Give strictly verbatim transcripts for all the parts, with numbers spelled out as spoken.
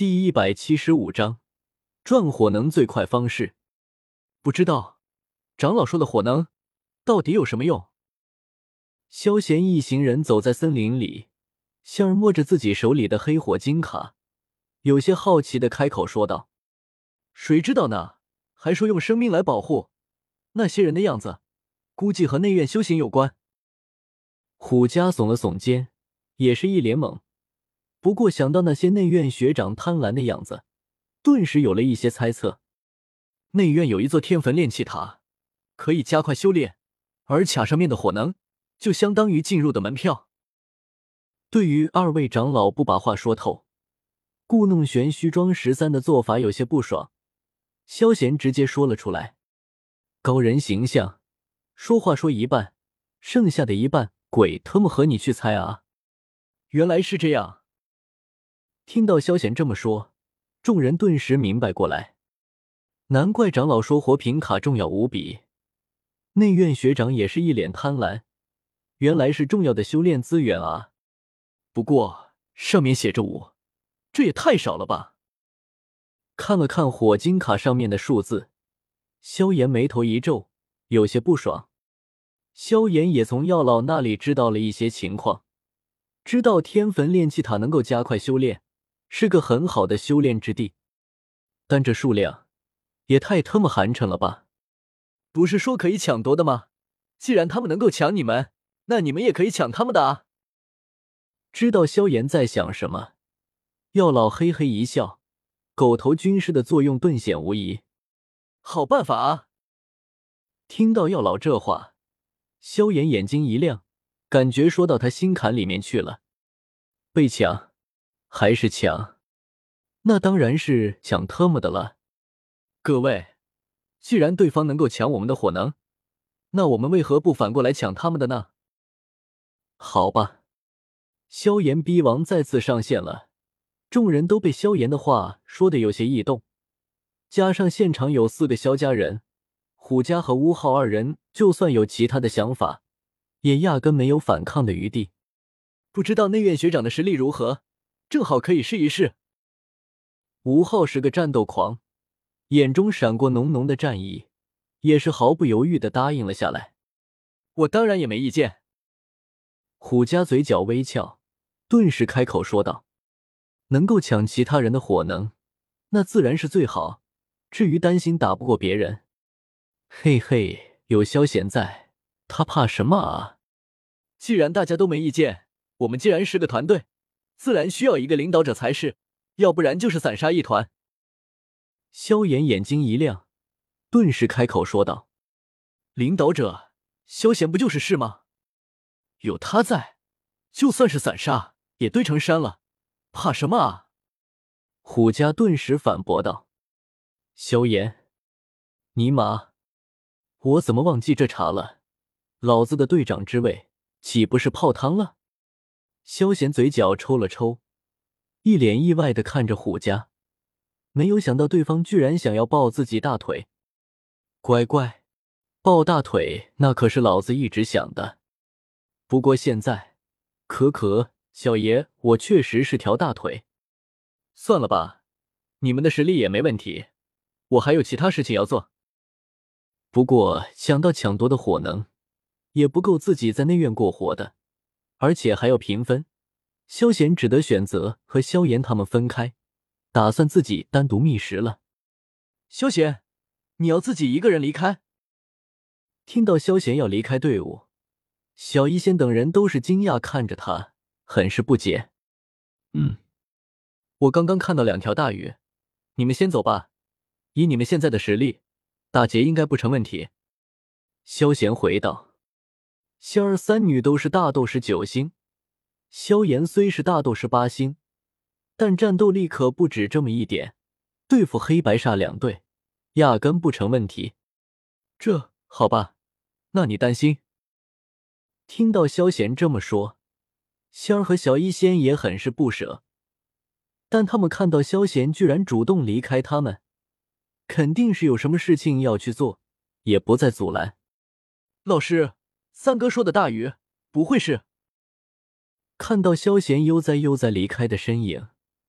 第一百七十五章赚火能最快方式。不知道长老说的火能到底有什么用？萧贤一行人走在森林里，香儿摸着自己手里的黑火金卡，有些好奇地开口说道：谁知道呢，还说用生命来保护，那些人的样子估计和内院修行有关。虎家耸了耸肩，也是一脸懵，不过想到那些内院学长贪婪的样子，顿时有了一些猜测。内院有一座天坟炼气塔，可以加快修炼，而卡上面的火能就相当于进入的门票。对于二位长老不把话说透，故弄玄虚装十三的做法有些不爽，萧贤直接说了出来。高人形象，说话说一半，剩下的一半鬼他妈和你去猜啊！原来是这样。听到萧贤这么说，众人顿时明白过来，难怪长老说活品卡重要无比。内院学长也是一脸贪婪，原来是重要的修炼资源啊！不过上面写着五，这也太少了吧？看了看火金卡上面的数字，萧炎眉头一皱，有些不爽。萧炎也从药老那里知道了一些情况，知道天坟炼气塔能够加快修炼，是个很好的修炼之地，但这数量也太他妈寒碜了吧！不是说可以抢夺的吗？既然他们能够抢你们，那你们也可以抢他们的啊！知道萧炎在想什么，药老嘿嘿一笑，狗头军师的作用顿显无疑。好办法啊！听到药老这话，萧炎眼睛一亮，感觉说到他心坎里面去了。被抢还是抢？那当然是抢他们的了。各位，既然对方能够抢我们的火能，那我们为何不反过来抢他们的呢？好吧。萧炎逼王再次上线了，众人都被萧炎的话说得有些异动，加上现场有四个萧家人，虎家和乌浩二人就算有其他的想法，也压根没有反抗的余地。不知道内院学长的实力如何，正好可以试一试。吴昊是个战斗狂，眼中闪过浓浓的战意，也是毫不犹豫地答应了下来。我当然也没意见。虎家嘴角微翘，顿时开口说道：能够抢其他人的火能，那自然是最好，至于担心打不过别人，嘿嘿，有萧贤在，他怕什么啊？既然大家都没意见，我们既然是个团队，自然需要一个领导者才是，要不然就是散沙一团。萧炎眼睛一亮，顿时开口说道：领导者，萧贤不就是是吗？有他在，就算是散沙也堆成山了，怕什么啊？虎家顿时反驳道：萧炎，尼玛，我怎么忘记这茬了？老子的队长之位岂不是泡汤了？萧贤嘴角抽了抽，一脸意外地看着虎家，没有想到对方居然想要抱自己大腿。乖乖，抱大腿那可是老子一直想的。不过现在，可可，小爷，我确实是条大腿。算了吧，你们的实力也没问题，我还有其他事情要做。不过想到抢夺的火能，也不够自己在内院过活的，而且还要平分，萧贤只得选择和萧炎他们分开，打算自己单独觅食了。萧贤，你要自己一个人离开？听到萧贤要离开队伍，小医仙等人都是惊讶看着他，很是不解。嗯，我刚刚看到两条大鱼，你们先走吧，以你们现在的实力，打劫应该不成问题。萧贤回道。仙儿三女都是大斗士九星，萧炎虽是大斗士八星，但战斗力可不止这么一点，对付黑白煞两队压根不成问题。这好吧，那你担心？听到萧贤这么说，仙儿和小医仙也很是不舍，但他们看到萧贤居然主动离开他们，肯定是有什么事情要去做，也不再阻拦。老师，三哥说的大鱼不会是？看到萧贤悠哉悠哉离开的身影，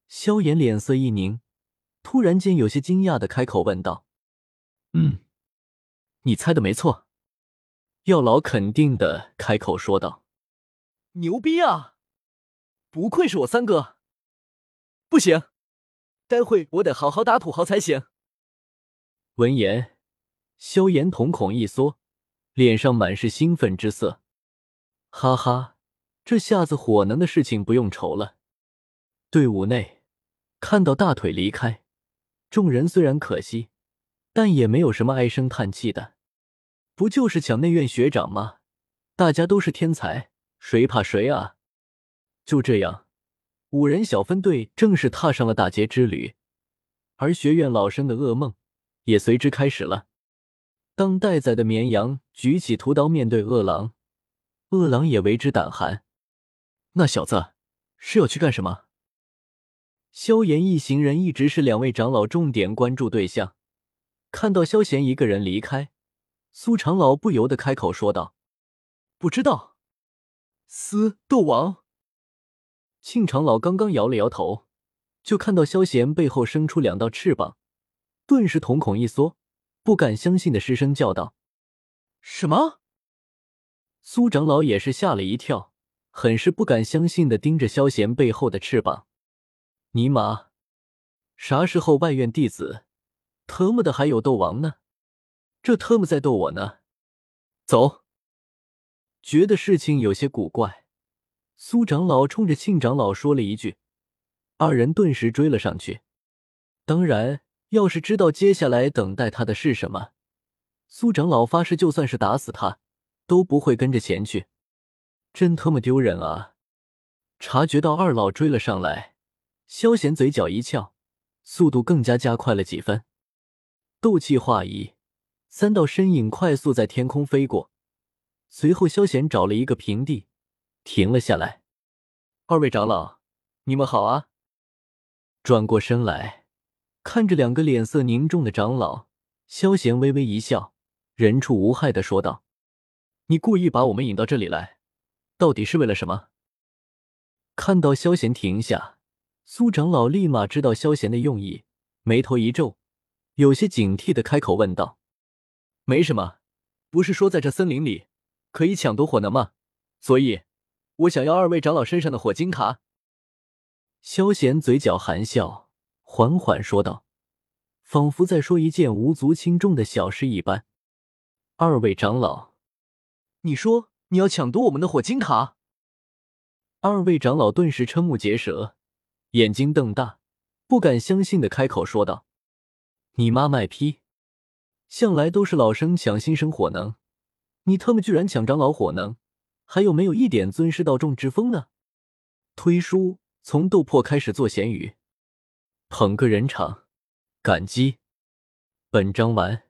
萧炎脸色一凝，突然间有些惊讶的开口问道：“嗯，你猜的没错。”药老肯定的开口说道：“ 牛逼啊！不愧是我三哥。不行，待会我得好好打土豪才行。” 闻言，萧炎瞳孔一缩，脸上满是兴奋之色。哈哈，这下子火能的事情不用愁了。队伍内看到大腿离开，众人虽然可惜，但也没有什么唉声叹气的。不就是抢内院学长吗？大家都是天才，谁怕谁啊？就这样，五人小分队正式踏上了打劫之旅，而学院老生的噩梦也随之开始了。当待宰的绵羊举起屠刀面对饿狼，饿狼也为之胆寒。那小子是要去干什么？萧炎一行人一直是两位长老重点关注对象，看到萧炎一个人离开，苏长老不由得开口说道：“不知道。”司斗王。庆长老刚刚摇了摇头，就看到萧炎背后生出两道翅膀，顿时瞳孔一缩，不敢相信的失声叫道：“什么？”苏长老也是吓了一跳，很是不敢相信的盯着萧炎背后的翅膀。尼玛，啥时候外院弟子特么的还有斗王呢？这特么在斗我呢？走！觉得事情有些古怪，苏长老冲着庆长老说了一句，二人顿时追了上去。当然，要是知道接下来等待他的是什么，苏长老发誓就算是打死他都不会跟着前去。真特么丢人啊！察觉到二老追了上来，萧炎嘴角一翘，速度更加加快了几分。斗气化移，三道身影快速在天空飞过，随后萧炎找了一个平地停了下来。二位长老，你们好啊！转过身来，看着两个脸色凝重的长老，萧炎微微一笑，人畜无害地说道：“你故意把我们引到这里来，到底是为了什么？”看到萧炎停下，苏长老立马知道萧炎的用意，眉头一皱，有些警惕地开口问道：“没什么，不是说在这森林里可以抢夺火能吗？所以我想要二位长老身上的火金卡。”萧炎嘴角含笑，缓缓说道，仿佛在说一件无足轻重的小事一般。“二位长老，你说你要抢夺我们的火金卡？”二位长老顿时瞠目结舌，眼睛瞪大，不敢相信地开口说道：“你妈卖批！向来都是老生抢新生火能，你特么居然抢长老火能，还有没有一点尊师道重之风呢？”推书从斗破开始做闲鱼，捧个人场，感激。本章完。